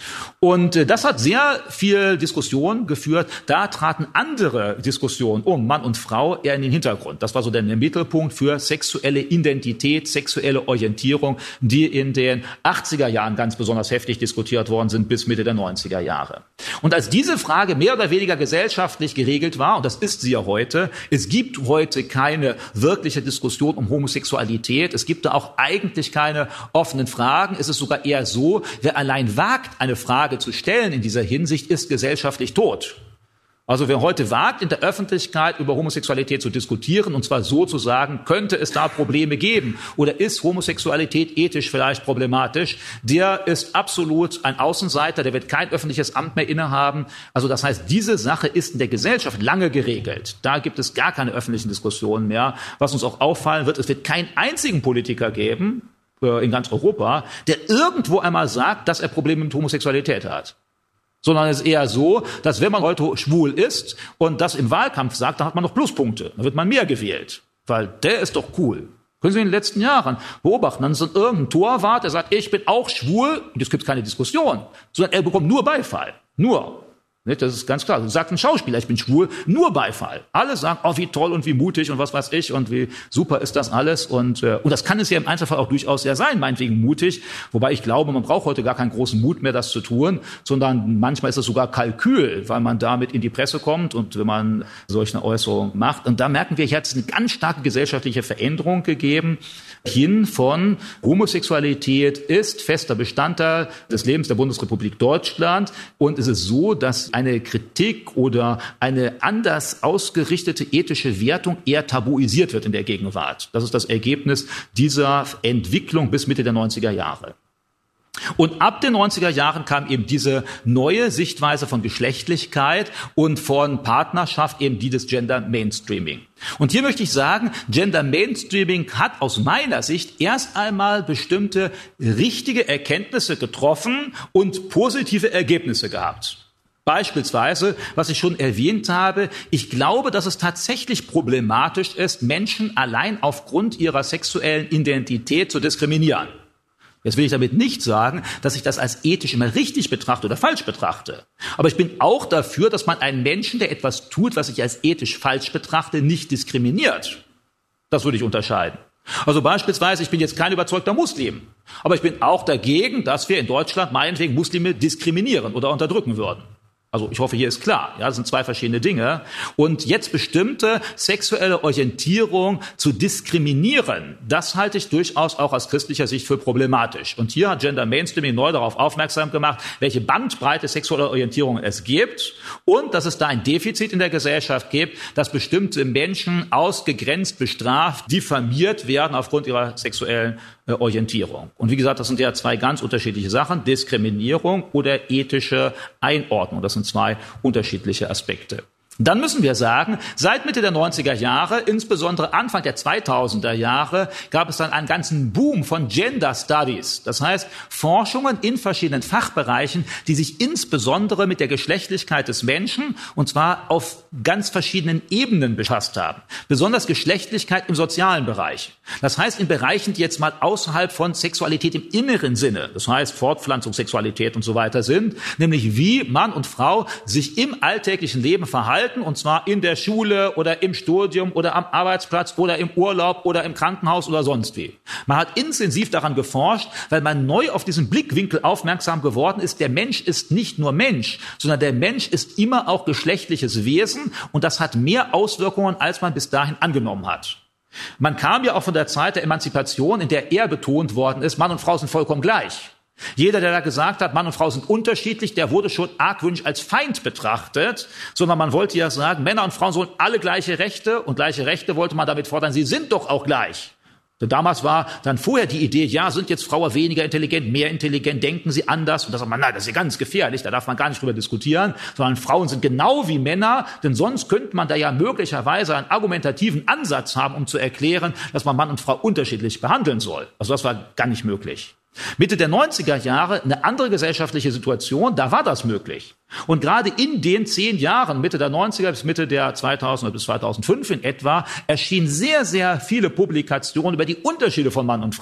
Und äh, das hat sehr viel Diskussion geführt. Da traten andere Diskussionen um Mann und Frau eher in den Hintergrund. Das war so der Mittelpunkt für sexuelle Identität, sexuelle Orientierung, die in den achtziger Jahren ganz besonders heftig diskutiert worden sind bis Mitte der neunziger Jahre. Und als diese Frage mehr oder weniger gesellschaftlich geregelt war, und das ist sie ja heute, es gibt heute keine wirkliche Diskussion um Homosexualität, es gibt da auch eigentlich keine offenen Fragen, es ist sogar eher so, wer allein wagt, eine Frage zu stellen in dieser Hinsicht, ist gesellschaftlich tot. Also wer heute wagt, in der Öffentlichkeit über Homosexualität zu diskutieren, und zwar so zu sagen, könnte es da Probleme geben oder ist Homosexualität ethisch vielleicht problematisch, der ist absolut ein Außenseiter, der wird kein öffentliches Amt mehr innehaben. Also das heißt, diese Sache ist in der Gesellschaft lange geregelt. Da gibt es gar keine öffentlichen Diskussionen mehr. Was uns auch auffallen wird, es wird keinen einzigen Politiker geben, in ganz Europa, der irgendwo einmal sagt, dass er Probleme mit Homosexualität hat. Sondern es ist eher so, dass wenn man heute schwul ist und das im Wahlkampf sagt, dann hat man noch Pluspunkte. Dann wird man mehr gewählt. Weil der ist doch cool. Können Sie in den letzten Jahren beobachten. Dann ist dann irgendein Torwart, der sagt, ich bin auch schwul. Und es gibt keine Diskussion. Sondern er bekommt nur Beifall. Nur. Das ist ganz klar. So sagt ein Schauspieler, ich bin schwul, nur Beifall. Alle sagen, oh, wie toll und wie mutig und was weiß ich und wie super ist das alles. Und, äh, und das kann es ja im Einzelfall auch durchaus ja sein, meinetwegen mutig. Wobei ich glaube, man braucht heute gar keinen großen Mut mehr, das zu tun, sondern manchmal ist es sogar Kalkül, weil man damit in die Presse kommt und wenn man solche Äußerungen macht. Und da merken wir, hier hat es eine ganz starke gesellschaftliche Veränderung gegeben, hin von Homosexualität ist fester Bestandteil des Lebens der Bundesrepublik Deutschland. Und es ist so, dass eine Kritik oder eine anders ausgerichtete ethische Wertung eher tabuisiert wird in der Gegenwart. Das ist das Ergebnis dieser Entwicklung bis Mitte der neunziger Jahre. Und ab den neunziger Jahren kam eben diese neue Sichtweise von Geschlechtlichkeit und von Partnerschaft, eben die des Gender Mainstreaming. Und hier möchte ich sagen, Gender Mainstreaming hat aus meiner Sicht erst einmal bestimmte richtige Erkenntnisse getroffen und positive Ergebnisse gehabt. Beispielsweise, was ich schon erwähnt habe, ich glaube, dass es tatsächlich problematisch ist, Menschen allein aufgrund ihrer sexuellen Identität zu diskriminieren. Jetzt will ich damit nicht sagen, dass ich das als ethisch immer richtig betrachte oder falsch betrachte. Aber ich bin auch dafür, dass man einen Menschen, der etwas tut, was ich als ethisch falsch betrachte, nicht diskriminiert. Das würde ich unterscheiden. Also beispielsweise, ich bin jetzt kein überzeugter Muslim, aber ich bin auch dagegen, dass wir in Deutschland meinetwegen Muslime diskriminieren oder unterdrücken würden. Also ich hoffe, hier ist klar, ja, das sind zwei verschiedene Dinge. Und jetzt bestimmte sexuelle Orientierung zu diskriminieren, das halte ich durchaus auch aus christlicher Sicht für problematisch. Und hier hat Gender Mainstreaming neu darauf aufmerksam gemacht, welche Bandbreite sexueller Orientierung es gibt und dass es da ein Defizit in der Gesellschaft gibt, dass bestimmte Menschen ausgegrenzt, bestraft, diffamiert werden aufgrund ihrer sexuellen Orientierung. Und wie gesagt, das sind ja zwei ganz unterschiedliche Sachen, Diskriminierung oder ethische Einordnung. Das sind zwei unterschiedliche Aspekte. Dann müssen wir sagen, seit Mitte der neunziger Jahre, insbesondere Anfang der zweitausender Jahre, gab es dann einen ganzen Boom von Gender Studies. Das heißt, Forschungen in verschiedenen Fachbereichen, die sich insbesondere mit der Geschlechtlichkeit des Menschen, und zwar auf ganz verschiedenen Ebenen befasst haben. Besonders Geschlechtlichkeit im sozialen Bereich. Das heißt, in Bereichen, die jetzt mal außerhalb von Sexualität im inneren Sinne, das heißt Fortpflanzung, Sexualität und so weiter sind, nämlich wie Mann und Frau sich im alltäglichen Leben verhalten, und zwar in der Schule oder im Studium oder am Arbeitsplatz oder im Urlaub oder im Krankenhaus oder sonst wie. Man hat intensiv daran geforscht, weil man neu auf diesen Blickwinkel aufmerksam geworden ist. Der Mensch ist nicht nur Mensch, sondern der Mensch ist immer auch geschlechtliches Wesen und das hat mehr Auswirkungen, als man bis dahin angenommen hat. Man kam ja auch von der Zeit der Emanzipation, in der eher betont worden ist, Mann und Frau sind vollkommen gleich. Jeder, der da gesagt hat, Mann und Frau sind unterschiedlich, der wurde schon argwöhnisch als Feind betrachtet, sondern man wollte ja sagen, Männer und Frauen sollen alle gleiche Rechte und gleiche Rechte wollte man damit fordern, sie sind doch auch gleich. Denn damals war dann vorher die Idee, ja, sind jetzt Frauen weniger intelligent, mehr intelligent, denken sie anders? Und da sagt man, nein, das ist ja ganz gefährlich, da darf man gar nicht drüber diskutieren, sondern Frauen sind genau wie Männer, denn sonst könnte man da ja möglicherweise einen argumentativen Ansatz haben, um zu erklären, dass man Mann und Frau unterschiedlich behandeln soll. Also das war gar nicht möglich. Mitte der neunziger Jahre eine andere gesellschaftliche Situation, da war das möglich. Und gerade in den zehn Jahren, Mitte der neunziger bis Mitte der zweitausender bis zweitausendfünf in etwa, erschienen sehr, sehr viele Publikationen über die Unterschiede von Mann und Frau.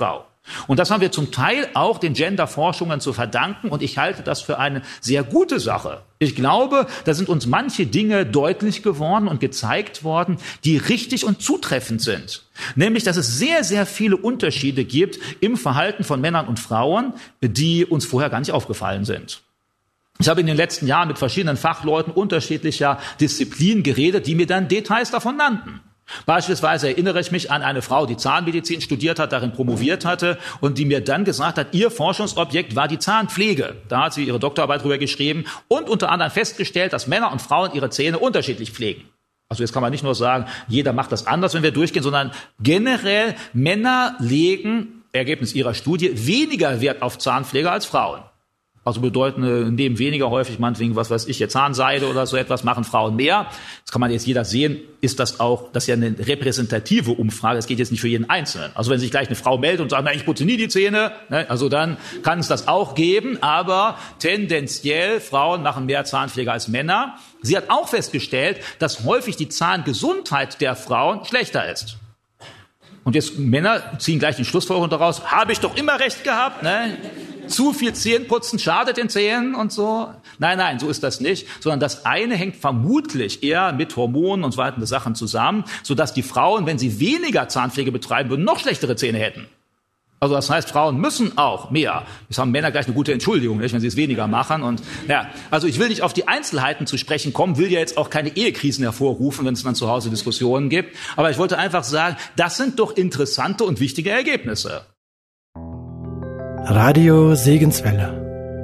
Und das haben wir zum Teil auch den Gender-Forschungen zu verdanken. Und ich halte das für eine sehr gute Sache. Ich glaube, da sind uns manche Dinge deutlich geworden und gezeigt worden, die richtig und zutreffend sind. Nämlich, dass es sehr, sehr viele Unterschiede gibt im Verhalten von Männern und Frauen, die uns vorher gar nicht aufgefallen sind. Ich habe in den letzten Jahren mit verschiedenen Fachleuten unterschiedlicher Disziplinen geredet, die mir dann Details davon nannten. Beispielsweise erinnere ich mich an eine Frau, die Zahnmedizin studiert hat, darin promoviert hatte und die mir dann gesagt hat, ihr Forschungsobjekt war die Zahnpflege. Da hat sie ihre Doktorarbeit drüber geschrieben und unter anderem festgestellt, dass Männer und Frauen ihre Zähne unterschiedlich pflegen. Also jetzt kann man nicht nur sagen, jeder macht das anders, wenn wir durchgehen, sondern generell Männer legen, Ergebnis ihrer Studie, weniger Wert auf Zahnpflege als Frauen. Also bedeuten, nehmen weniger häufig, meinetwegen, was weiß ich, jetzt Zahnseide oder so etwas, machen Frauen mehr. Das kann man jetzt jeder sehen, ist das auch, das ist ja eine repräsentative Umfrage, das geht jetzt nicht für jeden Einzelnen. Also wenn sich gleich eine Frau meldet und sagt, na, ich putze nie die Zähne, ne, also dann kann es das auch geben, aber tendenziell, Frauen machen mehr Zahnpflege als Männer. Sie hat auch festgestellt, dass häufig die Zahngesundheit der Frauen schlechter ist. Und jetzt Männer ziehen gleich die Schlussfolgerung daraus, habe ich doch immer recht gehabt, ne? Zu viel Zähneputzen schadet den Zähnen und so. Nein, nein, so ist das nicht. Sondern das eine hängt vermutlich eher mit Hormonen und so weiteren Sachen zusammen, sodass die Frauen, wenn sie weniger Zahnpflege betreiben würden, noch schlechtere Zähne hätten. Also das heißt, Frauen müssen auch mehr. Jetzt haben Männer gleich eine gute Entschuldigung, nicht, wenn sie es weniger machen. Und ja, also ich will nicht auf die Einzelheiten zu sprechen kommen, will ja jetzt auch keine Ehekrisen hervorrufen, wenn es dann zu Hause Diskussionen gibt. Aber ich wollte einfach sagen, das sind doch interessante und wichtige Ergebnisse. Radio Segenswelle.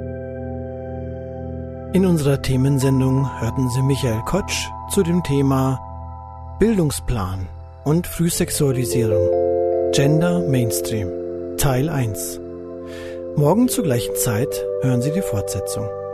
In unserer Themensendung hörten Sie Michael Kotsch zu dem Thema Bildungsplan und Frühsexualisierung, Gender Mainstream, Teil eins. Morgen zur gleichen Zeit hören Sie die Fortsetzung.